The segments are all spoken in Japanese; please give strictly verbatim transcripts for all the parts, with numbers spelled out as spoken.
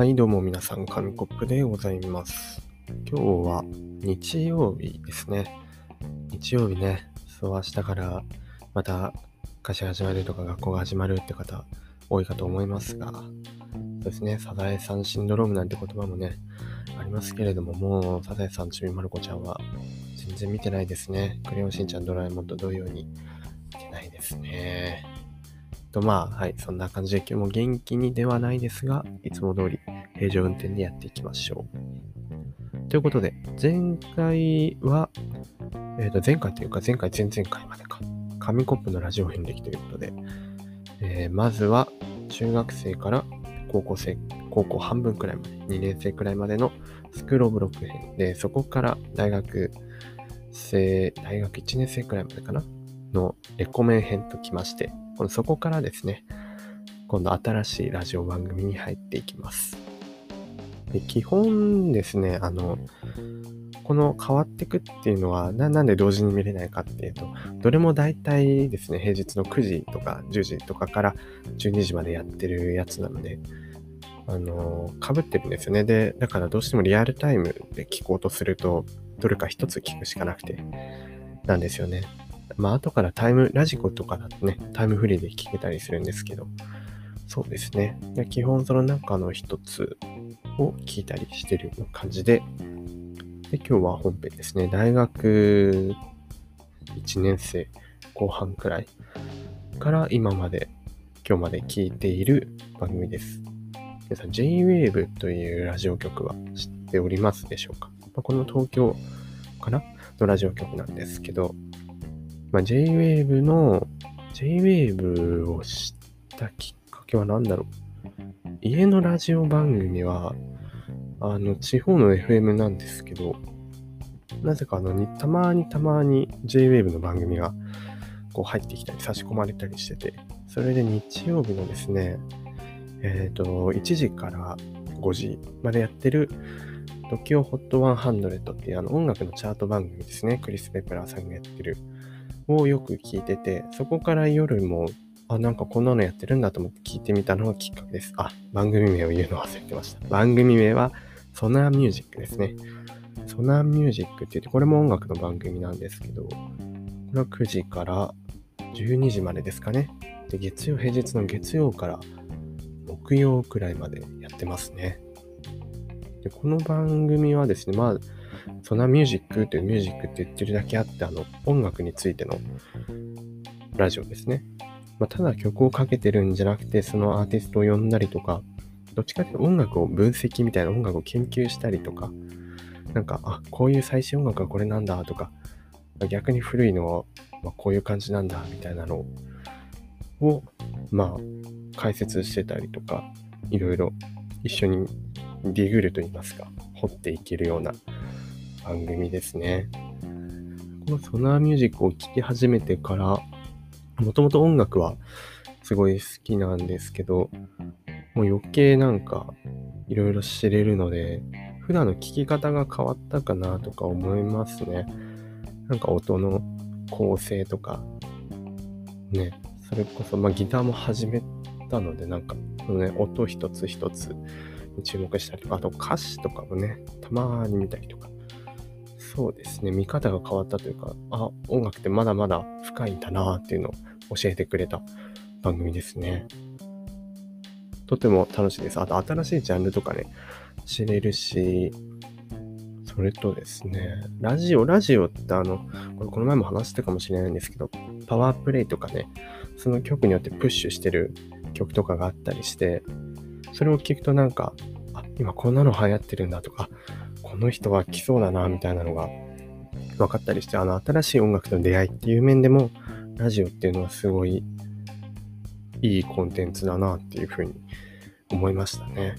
はい、どうも皆さん、紙コップでございます。今日は日曜日ですね。日曜日ね、そう明日からまた会社が始まるとか学校が始まるって方多いかと思いますが、そうですね、サザエさんシンドロームなんて言葉もね、ありますけれども、もうサザエさんちびまる子ちゃんは全然見てないですね。クレヨンしんちゃん、ドラえもんと同様に見てないですね。とまあ、はい、そんな感じで今日も元気にではないですが、いつも通り平常運転でやっていきましょう。ということで、前回は、えっと、前回というか前回前々回までか、紙コップのラジオ遍歴ということで、えー、まずは中学生から高校生、高校半分くらいまで、にねん生くらいまでのスクールオブロック編で、そこから大学生、大学いちねん生くらいまでかなのレコメン編ときまして、このそこからですね、今度新しいラジオ番組に入っていきます。で基本ですね、あの、この変わってくっていうのはな、なんで同時に見れないかっていうと、どれも大体ですね、平日のくじとかじゅうじとかからじゅうにじまでやってるやつなので、あの、被ってるんですよね。で、だからどうしてもリアルタイムで聞こうとすると、どれか一つ聞くしかなくて、なんですよね。まあ、後からタイム、ラジコとかだとね、タイムフリーで聞けたりするんですけど、そうですね。で基本その中の一つを聞いたりしてる感じで、で今日は本編ですね。大学いちねん生後半くらいから今まで、今日まで聞いている番組です。皆さん ジェイウェーブ というラジオ局は知っておりますでしょうか？まあ、この東京かなのラジオ局なんですけど、まあ、ジェイウェーブ の ジェイウェーブ を知ったきっかけは何だろう。家のラジオ番組はあの地方の エフエム なんですけど、なぜかあのにたまにたまに ジェイウェーブ の番組がこう入ってきたり差し込まれたりしてて、それで日曜日のですね、えっといちじからごじまでやってるトキオホットひゃくっていうあの音楽のチャート番組ですね。クリス・ペプラーさんがやってるをよく聞いてて、そこから夜もあ、なんかこんなのやってるんだと思って聞いてみたのがきっかけです。あ、番組名を言うの忘れてました。番組名はソナーミュージックですね。ソナーミュージックって言って、これも音楽の番組なんですけど、これはくじからじゅうにじまでですかね。で、月曜、平日の月曜から木曜くらいまでやってますね。で、この番組はですね、まあ、ソナーミュージックというミュージックって言ってるだけあって、あの、音楽についてのラジオですね。まあ、ただ曲をかけてるんじゃなくて、そのアーティストを呼んだりとか、どっちかというと音楽を分析みたいな、音楽を研究したりとか、なんか、あ、こういう最新音楽はこれなんだとか、逆に古いのは、まあ、こういう感じなんだみたいなのを、まあ、解説してたりとか、いろいろ一緒にディグルといいますか、掘っていけるような番組ですね。このソナーミュージックを聴き始めてから、もともと音楽はすごい好きなんですけど、もう余計なんかいろいろ知れるので、普段の聴き方が変わったかなとか思いますね。なんか音の構成とか、ね、それこそ、まあギターも始めたので、なんか、そのね、音一つ一つに注目したりとか、あと歌詞とかもね、たまーに見たりとか、そうですね、見方が変わったというか、あ、音楽ってまだまだ深いんだなっていうのを教えてくれた番組ですね。とても楽しいです。あと新しいジャンルとかね、知れるし、それとですね、ラジオ、ラジオってあの、これこの前も話したかもしれないんですけど、パワープレイとかね、その曲によってプッシュしてる曲とかがあったりして、それを聞くとなんか、あ、今こんなの流行ってるんだとか、この人は来そうだなみたいなのが分かったりして、あの新しい音楽との出会いっていう面でも、ラジオっていうのはすごいいいコンテンツだなっていうふうに思いましたね。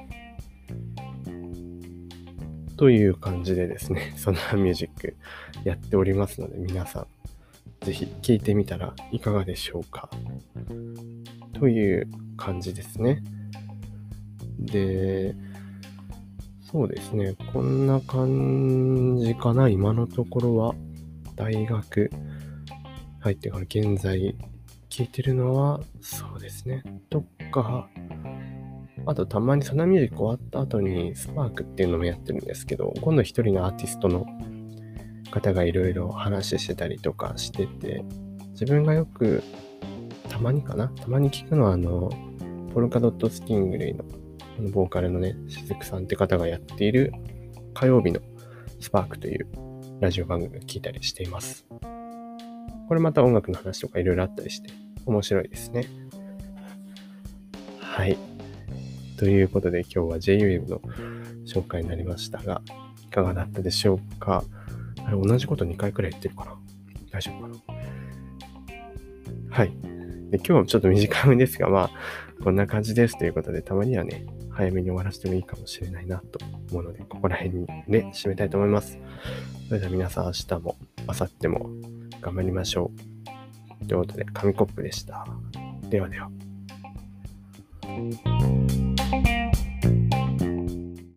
という感じでですね、ソナーミュージックやっておりますので、皆さんぜひ聞いてみたらいかがでしょうか。という感じですね。で、そうですね、こんな感じかな、今のところは。大学入ってから現在聞いてるのは、そうですね、とか、 あとたまにサナミュージック終わった後にスパークっていうのもやってるんですけど、今度一人のアーティストの方がいろいろ話してたりとかしてて、自分がよくたまにかなたまに聞くのはあのポルカドットスティングレイのボーカルのねしずくさんって方がやっている火曜日のスパークというラジオ番組を聞いたりしています。これまた音楽の話とかいろいろあったりして面白いですね。はい、ということで今日は J-Wave の紹介になりましたが、いかがだったでしょうか。あれ同じことにかいくらい言ってるかな、大丈夫かな。はい、で今日はちょっと短めですが、まあこんな感じですということで、たまにはね早めに終わらせてもいいかもしれないなと思うので、ここら辺で締めたいと思います。それでは皆さん、明日も明後日も頑張りましょうということで、紙コップでした。ではでは。